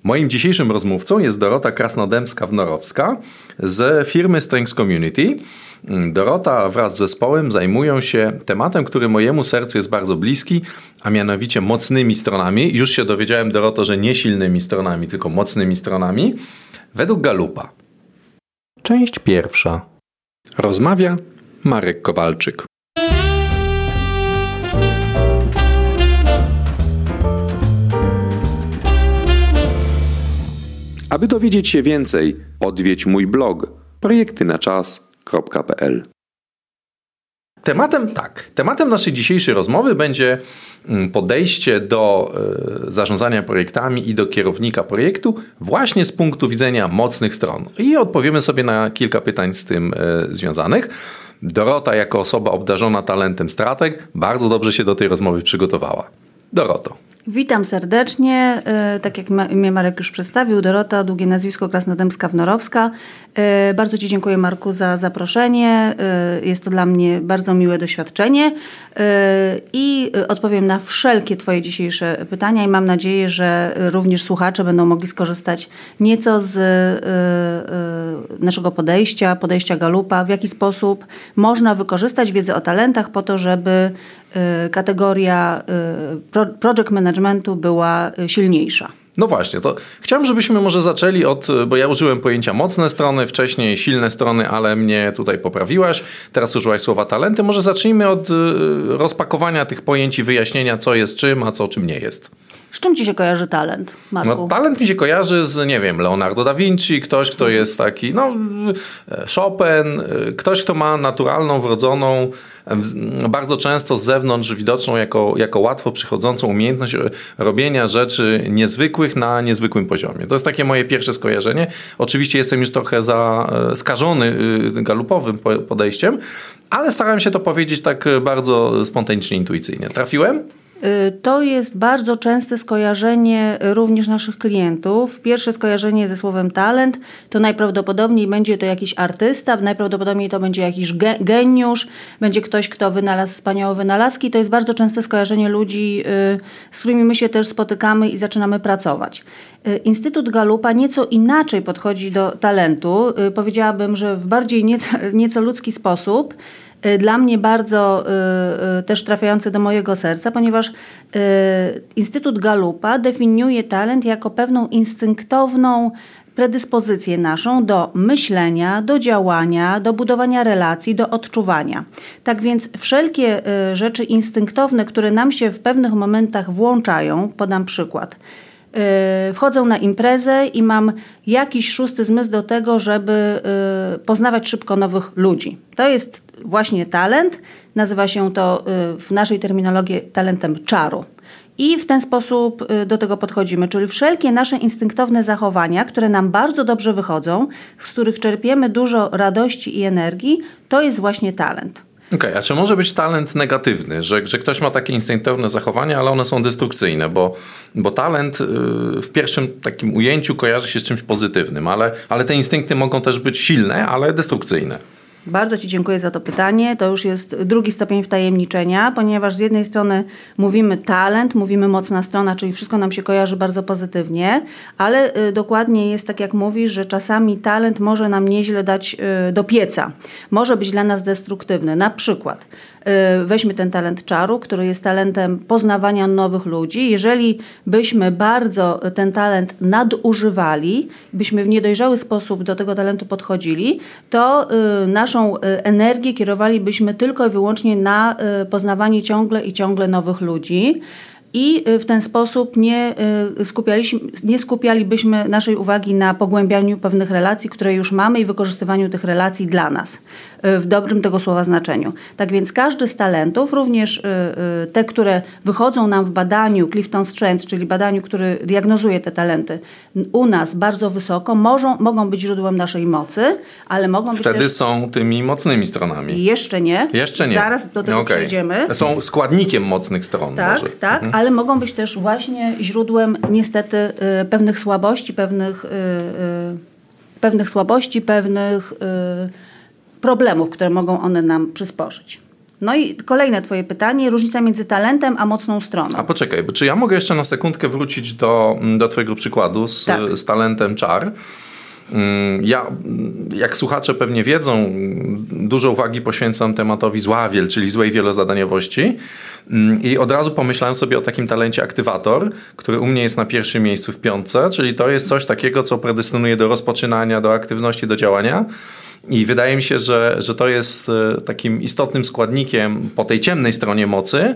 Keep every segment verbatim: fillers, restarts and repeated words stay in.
Moim dzisiejszym rozmówcą jest Dorota Krasnodębska-Wnorowska z firmy Strengths Community. Dorota wraz z zespołem zajmują się tematem, który mojemu sercu jest bardzo bliski, a mianowicie mocnymi stronami. Już się dowiedziałem, Doroto, że nie silnymi stronami, tylko mocnymi stronami. Według Gallupa. Część pierwsza. Rozmawia Marek Kowalczyk. Aby dowiedzieć się więcej, odwiedź mój blog projekty na czas kropka p l. Tematem, tak, tematem naszej dzisiejszej rozmowy będzie podejście do y, zarządzania projektami i do kierownika projektu właśnie z punktu widzenia mocnych stron. I odpowiemy sobie na kilka pytań z tym y, związanych. Dorota jako osoba obdarzona talentem strateg bardzo dobrze się do tej rozmowy przygotowała. Doroto. Witam serdecznie. Tak jak mnie Marek już przedstawił, Dorota, długie nazwisko Krasnodębska-Wnorowska. Bardzo Ci dziękuję, Marku, za zaproszenie. Jest to dla mnie bardzo miłe doświadczenie i odpowiem na wszelkie Twoje dzisiejsze pytania i mam nadzieję, że również słuchacze będą mogli skorzystać nieco z naszego podejścia, podejścia Gallupa, w jaki sposób można wykorzystać wiedzę o talentach po to, żeby kategoria project managementu była silniejsza. No właśnie, to chciałem, żebyśmy może zaczęli od, bo ja użyłem pojęcia mocne strony, wcześniej silne strony, ale mnie tutaj poprawiłaś. Teraz użyłaś słowa talenty. Może zacznijmy od rozpakowania tych pojęć i wyjaśnienia, co jest czym, a co czym nie jest. Z czym Ci się kojarzy talent, Marku? No, talent mi się kojarzy z, nie wiem, Leonardo da Vinci, ktoś, kto jest taki, no, Chopin, ktoś, kto ma naturalną, wrodzoną, bardzo często z zewnątrz widoczną jako, jako łatwo przychodzącą umiejętność robienia rzeczy niezwykłych na niezwykłym poziomie. To jest takie moje pierwsze skojarzenie. Oczywiście jestem już trochę za, skażony galupowym podejściem, ale starałem się to powiedzieć tak bardzo spontanicznie, intuicyjnie. Trafiłem? To jest bardzo częste skojarzenie również naszych klientów. Pierwsze skojarzenie ze słowem talent to najprawdopodobniej będzie to jakiś artysta, najprawdopodobniej to będzie jakiś ge- geniusz, będzie ktoś, kto wynalazł wspaniałe wynalazki. To jest bardzo częste skojarzenie ludzi, z którymi my się też spotykamy i zaczynamy pracować. Instytut Gallupa nieco inaczej podchodzi do talentu. Powiedziałabym, że w bardziej nieco, nieco ludzki sposób. Dla mnie bardzo y, y, też trafiający do mojego serca, ponieważ y, Instytut Gallupa definiuje talent jako pewną instynktowną predyspozycję naszą do myślenia, do działania, do budowania relacji, do odczuwania. Tak więc wszelkie y, rzeczy instynktowne, które nam się w pewnych momentach włączają, podam przykład. Wchodzę na imprezę i mam jakiś szósty zmysł do tego, żeby poznawać szybko nowych ludzi. To jest właśnie talent. Nazywa się to w naszej terminologii talentem czaru. I w ten sposób do tego podchodzimy, czyli wszelkie nasze instynktowne zachowania, które nam bardzo dobrze wychodzą, z których czerpiemy dużo radości i energii, to jest właśnie talent. Okej, okay, a czy może być talent negatywny, że, że ktoś ma takie instynktowne zachowania, ale one są destrukcyjne, bo, bo talent w pierwszym takim ujęciu kojarzy się z czymś pozytywnym, ale, ale te instynkty mogą też być silne, ale destrukcyjne. Bardzo Ci dziękuję za to pytanie. To już jest drugi stopień wtajemniczenia, ponieważ z jednej strony mówimy talent, mówimy mocna strona, czyli wszystko nam się kojarzy bardzo pozytywnie, ale y, dokładnie jest tak, jak mówisz, że czasami talent może nam nieźle dać y, do pieca. Może być dla nas destruktywny. Na przykład y, weźmy ten talent czaru, który jest talentem poznawania nowych ludzi. Jeżeli byśmy bardzo ten talent nadużywali, byśmy w niedojrzały sposób do tego talentu podchodzili, to y, naszą energię kierowalibyśmy tylko i wyłącznie na poznawanie ciągle i ciągle nowych ludzi. I w ten sposób nie, skupialiśmy, nie skupialibyśmy naszej uwagi na pogłębianiu pewnych relacji, które już mamy i wykorzystywaniu tych relacji dla nas, w dobrym tego słowa znaczeniu. Tak więc każdy z talentów, również te, które wychodzą nam w badaniu Clifton Strengths, czyli badaniu, który diagnozuje te talenty, u nas bardzo wysoko, mogą, mogą być źródłem naszej mocy, ale mogą być Wtedy też... są tymi mocnymi stronami. Jeszcze nie. Jeszcze nie. Zaraz do tego okay. przejdziemy. Są składnikiem mocnych stron. Tak, może. tak. Mhm. Ale mogą być też właśnie źródłem niestety y, pewnych słabości, pewnych, y, y, pewnych słabości, pewnych y, problemów, które mogą one nam przysporzyć. No i kolejne twoje pytanie, różnica między talentem a mocną stroną. A poczekaj, bo czy ja mogę jeszcze na sekundkę wrócić do, do twojego przykładu z, tak. z talentem czar? Ja, jak słuchacze pewnie wiedzą, dużo uwagi poświęcam tematowi zławiel, czyli złej wielozadaniowości i od razu pomyślałem sobie o takim talencie aktywator, który u mnie jest na pierwszym miejscu w piątce, czyli to jest coś takiego, co predestynuje do rozpoczynania, do aktywności, do działania. I wydaje mi się, że, że to jest takim istotnym składnikiem po tej ciemnej stronie mocy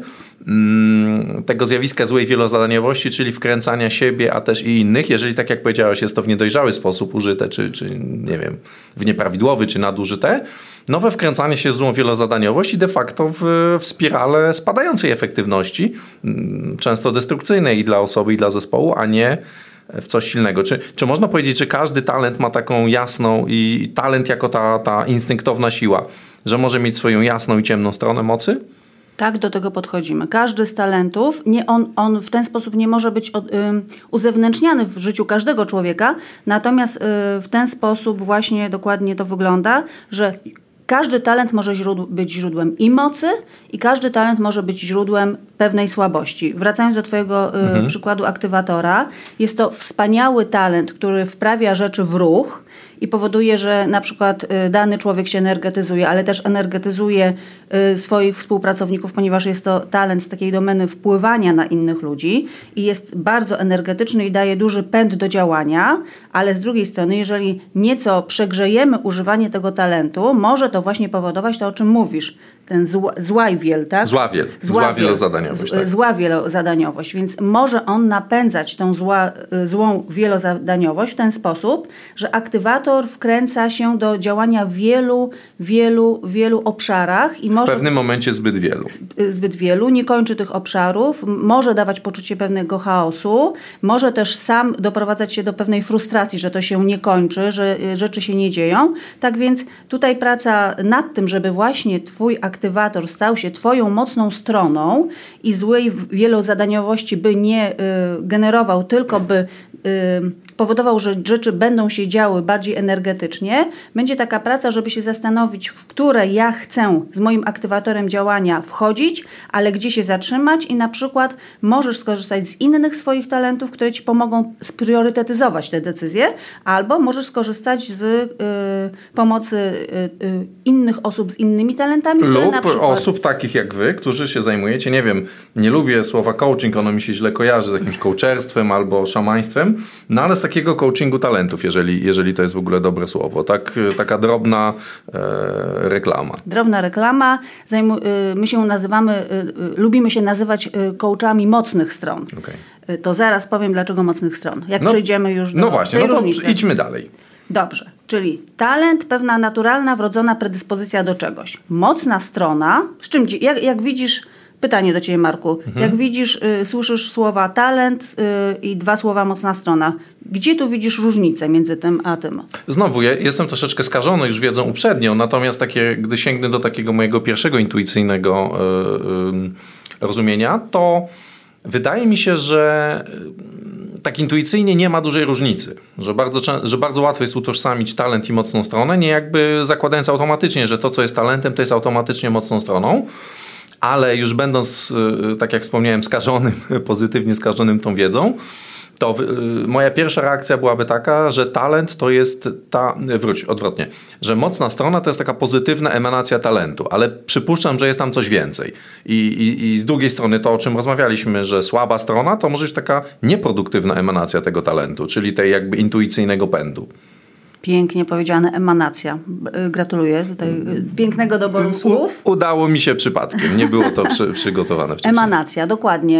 tego zjawiska złej wielozadaniowości, czyli wkręcania siebie, a też i innych. Jeżeli, tak jak powiedziałeś, jest to w niedojrzały sposób użyte, czy, czy nie wiem, w nieprawidłowy, czy nadużyte, nowe wkręcanie się w złą wielozadaniowość i de facto w, w spirale spadającej efektywności, często destrukcyjnej i dla osoby, i dla zespołu, a nie w coś silnego. Czy, czy można powiedzieć, że każdy talent ma taką jasną i talent jako ta, ta instynktowna siła, że może mieć swoją jasną i ciemną stronę mocy? Tak, do tego podchodzimy. Każdy z talentów, nie, on, on w ten sposób nie może być od, y, uzewnętrzniany w życiu każdego człowieka, natomiast y, w ten sposób właśnie dokładnie to wygląda, że każdy talent może źródł, być źródłem i mocy i każdy talent może być źródłem pewnej słabości. Wracając do twojego y, mhm. przykładu aktywatora, jest to wspaniały talent, który wprawia rzeczy w ruch i powoduje, że na przykład y, dany człowiek się energetyzuje, ale też energetyzuje y, swoich współpracowników, ponieważ jest to talent z takiej domeny wpływania na innych ludzi i jest bardzo energetyczny i daje duży pęd do działania, ale z drugiej strony, jeżeli nieco przegrzejemy używanie tego talentu, może to właśnie powodować to, o czym mówisz, ten zła, zławiel, tak? Zławiel, zła wielozadaniowość. Tak. Zła wielozadaniowość, więc może on napędzać tą zła, złą wielozadaniowość w ten sposób, że aktywator wkręca się do działania w wielu, wielu, wielu obszarach. I w może, pewnym momencie zbyt wielu. Zbyt wielu, nie kończy tych obszarów, może dawać poczucie pewnego chaosu, może też sam doprowadzać się do pewnej frustracji, że to się nie kończy, że rzeczy się nie dzieją. Tak więc tutaj praca nad tym, żeby właśnie twój aktywator stał się twoją mocną stroną i złej wielozadaniowości by nie y, generował, tylko by y, powodował, że rzeczy będą się działy bardziej energetycznie, będzie taka praca, żeby się zastanowić, w które ja chcę z moim aktywatorem działania wchodzić, ale gdzie się zatrzymać i na przykład możesz skorzystać z innych swoich talentów, które ci pomogą spriorytetyzować te decyzje, albo możesz skorzystać z y, pomocy y, y, innych osób z innymi talentami. Lub na przykład... osób takich jak wy, którzy się zajmujecie, nie wiem, nie lubię słowa coaching, ono mi się źle kojarzy z jakimś coacherstwem albo szamaństwem, no ale z takiego coachingu talentów, jeżeli, jeżeli to jest w ogóle dobre słowo. Tak, taka drobna e, reklama. Drobna reklama. Zajmu, y, my się nazywamy, y, y, lubimy się nazywać y, coachami mocnych stron. Okay. Y, to zaraz powiem, dlaczego mocnych stron. Jak no, przejdziemy już do No właśnie, tej no to różnicy. idźmy dalej. Dobrze, czyli talent, pewna naturalna, wrodzona predyspozycja do czegoś. Mocna strona, z czym, jak, jak widzisz, pytanie do ciebie, Marku, mhm. jak widzisz, y, słyszysz słowa talent y, i dwa słowa mocna strona, gdzie tu widzisz różnicę między tym a tym? Znowu, ja jestem troszeczkę skażony już wiedzą uprzednią, natomiast takie, gdy sięgnę do takiego mojego pierwszego intuicyjnego y, y, rozumienia, to wydaje mi się, że tak intuicyjnie nie ma dużej różnicy, że bardzo, że bardzo łatwo jest utożsamić talent i mocną stronę, nie jakby zakładając automatycznie, że to, co jest talentem, to jest automatycznie mocną stroną, ale już będąc, tak jak wspomniałem, skażonym, pozytywnie skażonym tą wiedzą, to moja pierwsza reakcja byłaby taka, że talent to jest ta, wróć, odwrotnie, że mocna strona to jest taka pozytywna emanacja talentu, ale przypuszczam, że jest tam coś więcej. I, i, i z drugiej strony to, o czym rozmawialiśmy, że słaba strona to może być taka nieproduktywna emanacja tego talentu, czyli tej jakby intuicyjnego pędu. Pięknie powiedziane, emanacja. Gratuluję tutaj pięknego doboru U, słów. Udało mi się przypadkiem, nie było to przy, przygotowane wcześniej. Emanacja, dokładnie.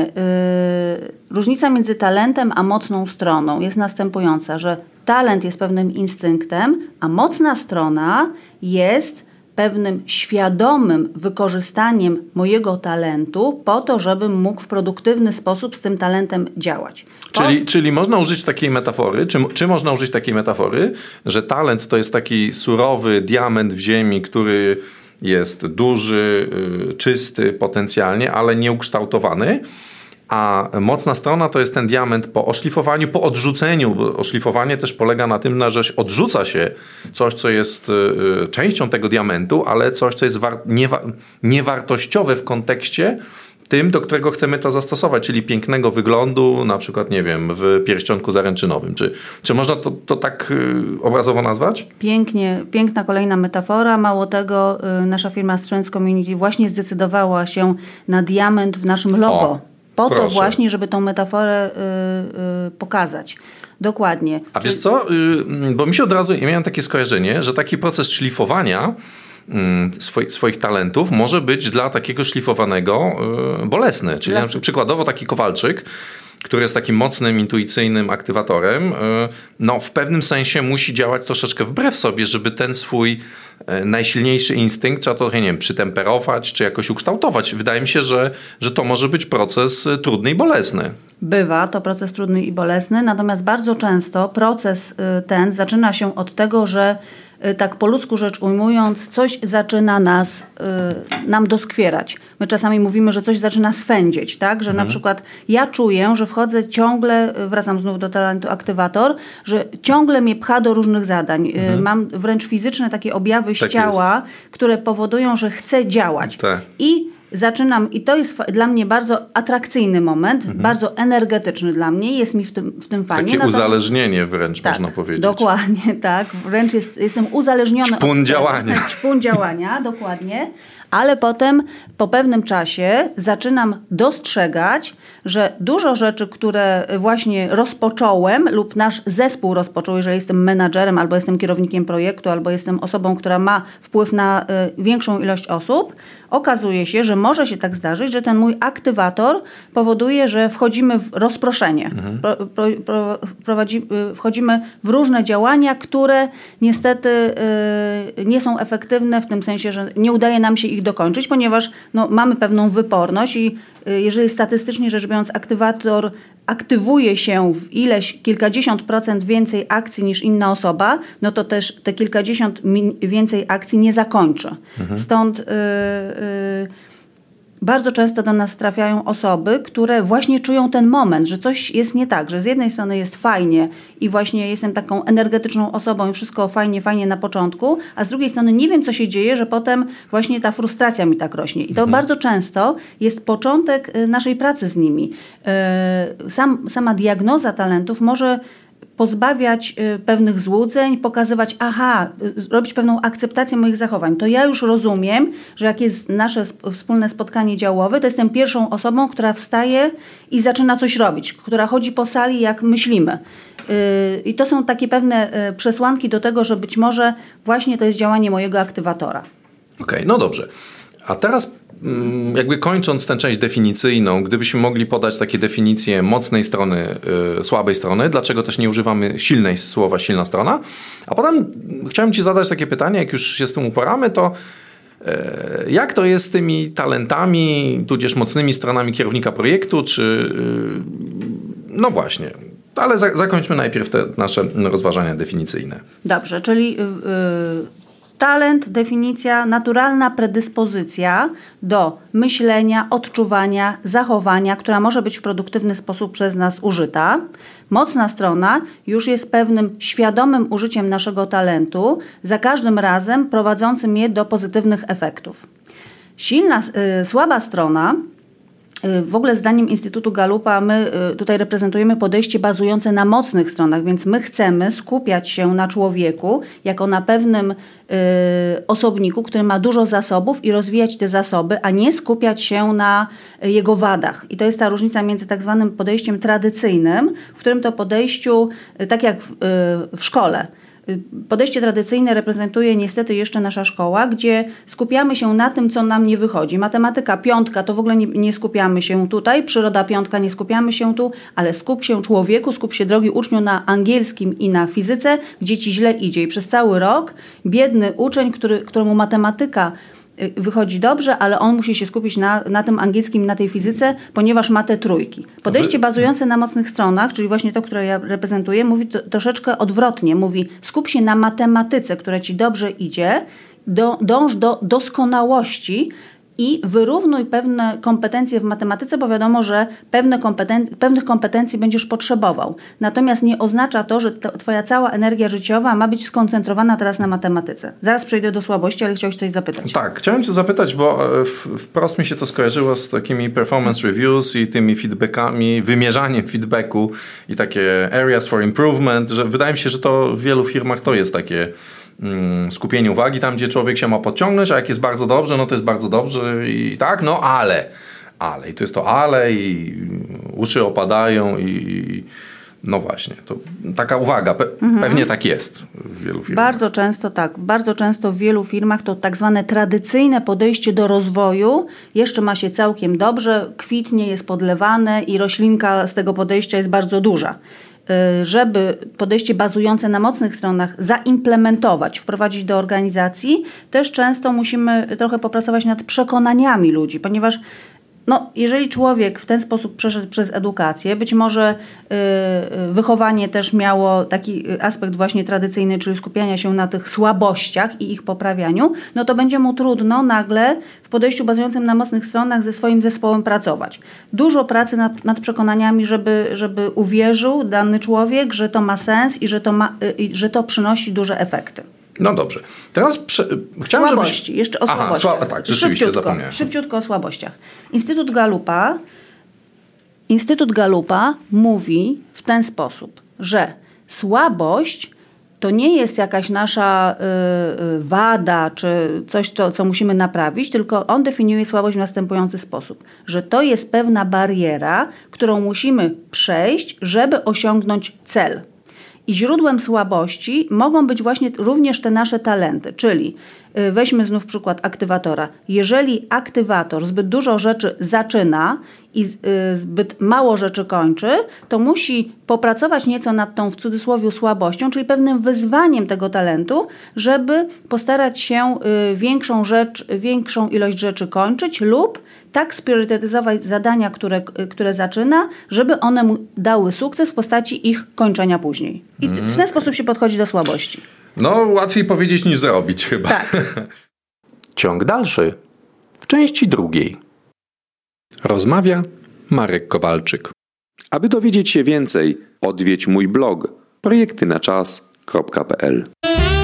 Yy, różnica między talentem a mocną stroną jest następująca, że talent jest pewnym instynktem, a mocna strona jest pewnym świadomym wykorzystaniem mojego talentu po to, żebym mógł w produktywny sposób z tym talentem działać. Po... Czyli, czyli można użyć takiej metafory, czy, czy można użyć takiej metafory, że talent to jest taki surowy diament w ziemi, który jest duży, yy, czysty potencjalnie, ale nieukształtowany, a mocna strona to jest ten diament po oszlifowaniu, po odrzuceniu, bo oszlifowanie też polega na tym, że odrzuca się coś, co jest y, częścią tego diamentu, ale coś, co jest war- niewa- niewartościowe w kontekście tym, do którego chcemy to zastosować, czyli pięknego wyglądu, na przykład, nie wiem, w pierścionku zaręczynowym. Czy, czy można to, to tak y, obrazowo nazwać? Pięknie, piękna kolejna metafora. Mało tego, y, nasza firma Strengths Community właśnie zdecydowała się na diament w naszym logo. O, po proszę. To właśnie, żeby tą metaforę y, y, pokazać. Dokładnie. A wiesz co, y, bo mi się od razu, ja miałem takie skojarzenie, że taki proces szlifowania Swoich, swoich talentów może być dla takiego szlifowanego yy, bolesny. Czyli na przykład, przykładowo taki Kowalczyk, który jest takim mocnym, intuicyjnym aktywatorem, yy, no w pewnym sensie musi działać troszeczkę wbrew sobie, żeby ten swój yy, najsilniejszy instynkt, trzeba to, nie wiem, przytemperować, czy jakoś ukształtować. Wydaje mi się, że, że to może być proces yy, trudny i bolesny. Bywa to proces trudny i bolesny, natomiast bardzo często proces yy, ten zaczyna się od tego, że tak po ludzku rzecz ujmując, coś zaczyna nas, y, nam doskwierać. My czasami mówimy, że coś zaczyna swędzić, tak? Że mhm. na przykład ja czuję, że wchodzę ciągle, wracam znów do talentu aktywator, że ciągle mnie pcha do różnych zadań. Mhm. Y, mam wręcz fizyczne takie objawy tak z ciała, jest. które powodują, że chcę działać. Tak. I zaczynam, i to jest dla mnie bardzo atrakcyjny moment, mhm. bardzo energetyczny dla mnie, jest mi w tym, w tym fajnie. Takie no to... uzależnienie wręcz tak, można powiedzieć. Dokładnie, tak. Wręcz jest, jestem uzależniony Ćpun od działania. Tego, ćpun działania, dokładnie. Ale potem po pewnym czasie zaczynam dostrzegać, że dużo rzeczy, które właśnie rozpocząłem lub nasz zespół rozpoczął, jeżeli jestem menadżerem, albo jestem kierownikiem projektu, albo jestem osobą, która ma wpływ na y, większą ilość osób, okazuje się, że może się tak zdarzyć, że ten mój aktywator powoduje, że wchodzimy w rozproszenie. Mhm. Pro, pro, pro, prowadzi, y, wchodzimy w różne działania, które niestety y, nie są efektywne w tym sensie, że nie udaje nam się ich dokończyć, ponieważ no, mamy pewną wyporność i y, jeżeli statystycznie rzecz biorąc aktywator aktywuje się w ileś kilkadziesiąt procent więcej akcji niż inna osoba, no to też te kilkadziesiąt min- więcej akcji nie zakończy. Mhm. Stąd y, y, bardzo często do nas trafiają osoby, które właśnie czują ten moment, że coś jest nie tak, że z jednej strony jest fajnie i właśnie jestem taką energetyczną osobą i wszystko fajnie, fajnie na początku, a z drugiej strony nie wiem, co się dzieje, że potem właśnie ta frustracja mi tak rośnie. I to mhm. bardzo często jest początek naszej pracy z nimi. Sam, sama diagnoza talentów może pozbawiać y, pewnych złudzeń, pokazywać, aha, y, robić pewną akceptację moich zachowań. To ja już rozumiem, że jak jest nasze sp- wspólne spotkanie działowe, to jestem pierwszą osobą, która wstaje i zaczyna coś robić, która chodzi po sali, jak myślimy. Y, I to są takie pewne y, przesłanki do tego, że być może właśnie to jest działanie mojego aktywatora. Okej, okay, no dobrze. A teraz jakby kończąc tę część definicyjną, gdybyśmy mogli podać takie definicje mocnej strony, yy, słabej strony, dlaczego też nie używamy silnej słowa silna strona, a potem chciałem Ci zadać takie pytanie, jak już się z tym uporamy, to yy, jak to jest z tymi talentami, tudzież mocnymi stronami kierownika projektu, czy yy, no właśnie, ale za, zakończmy najpierw te nasze rozważania definicyjne. Dobrze, czyli yy... talent, definicja, naturalna predyspozycja do myślenia, odczuwania, zachowania, która może być w produktywny sposób przez nas użyta. Mocna strona już jest pewnym świadomym użyciem naszego talentu, za każdym razem prowadzącym je do pozytywnych efektów. Silna, y, słaba strona, w ogóle zdaniem Instytutu Gallupa my tutaj reprezentujemy podejście bazujące na mocnych stronach, więc my chcemy skupiać się na człowieku jako na pewnym y, osobniku, który ma dużo zasobów i rozwijać te zasoby, a nie skupiać się na jego wadach. I to jest ta różnica między tak zwanym podejściem tradycyjnym, w którym to podejściu, tak jak w, y, w szkole, podejście tradycyjne reprezentuje niestety jeszcze nasza szkoła, gdzie skupiamy się na tym, co nam nie wychodzi. Matematyka piątka to w ogóle nie, nie skupiamy się tutaj, przyroda piątka nie skupiamy się tu, ale skup się człowieku, skup się drogi uczniu na angielskim i na fizyce, gdzie ci źle idzie. I przez cały rok biedny uczeń, który, któremu matematyka wychodzi dobrze, ale on musi się skupić na, na tym angielskim, na tej fizyce, ponieważ ma te trójki. Podejście bazujące na mocnych stronach, czyli właśnie to, które ja reprezentuję, mówi to, troszeczkę odwrotnie. Mówi, skup się na matematyce, która ci dobrze idzie, do, dąż do doskonałości i wyrównuj pewne kompetencje w matematyce, bo wiadomo, że pewne kompetenc- pewnych kompetencji będziesz potrzebował. Natomiast nie oznacza to, że to, twoja cała energia życiowa ma być skoncentrowana teraz na matematyce. Zaraz przejdę do słabości, ale chciałeś coś zapytać. Tak, chciałem cię zapytać, bo wprost mi się to skojarzyło z takimi performance reviews i tymi feedbackami, wymierzaniem feedbacku i takie areas for improvement, że wydaje mi się, że to w wielu firmach to jest takie skupienie uwagi tam, gdzie człowiek się ma podciągnąć, a jak jest bardzo dobrze, no to jest bardzo dobrze i tak, no ale, ale i to jest to ale i uszy opadają i no właśnie, to taka uwaga, Pe- mhm. pewnie tak jest w wielu firmach. Bardzo często tak, bardzo często w wielu firmach to tak zwane tradycyjne podejście do rozwoju jeszcze ma się całkiem dobrze, kwitnie, jest podlewane i roślinka z tego podejścia jest bardzo duża. Żeby podejście bazujące na mocnych stronach zaimplementować, wprowadzić do organizacji, też często musimy trochę popracować nad przekonaniami ludzi, ponieważ no, jeżeli człowiek w ten sposób przeszedł przez edukację, być może y, wychowanie też miało taki aspekt właśnie tradycyjny, czyli skupiania się na tych słabościach i ich poprawianiu, no to będzie mu trudno nagle w podejściu bazującym na mocnych stronach ze swoim zespołem pracować. Dużo pracy nad, nad przekonaniami, żeby, żeby uwierzył dany człowiek, że to ma sens i że to, ma, y, że to przynosi duże efekty. No dobrze. Teraz prze... chciałem, słabości. żebyś... Jeszcze o Aha, słabościach. Sła... tak, rzeczywiście szybciutko, zapomniałem. Szybciutko o słabościach. Instytut Gallupa, Instytut Gallupa mówi w ten sposób, że słabość to nie jest jakaś nasza y, wada czy coś, co, co musimy naprawić, tylko on definiuje słabość w następujący sposób, że to jest pewna bariera, którą musimy przejść, żeby osiągnąć cel. I źródłem słabości mogą być właśnie również te nasze talenty, czyli weźmy znów przykład aktywatora. Jeżeli aktywator zbyt dużo rzeczy zaczyna i zbyt mało rzeczy kończy, to musi popracować nieco nad tą w cudzysłowie słabością, czyli pewnym wyzwaniem tego talentu, żeby postarać się większą rzecz, większą ilość rzeczy kończyć lub tak spriorytetyzować zadania, które, które zaczyna, żeby one mu dały sukces w postaci ich kończenia później. I mm. w ten sposób się podchodzi do słabości. No, łatwiej powiedzieć niż zrobić chyba. Tak. Ciąg dalszy w części drugiej. Rozmawia Marek Kowalczyk. Aby dowiedzieć się więcej, odwiedź mój blog projekty na czas kropka p l.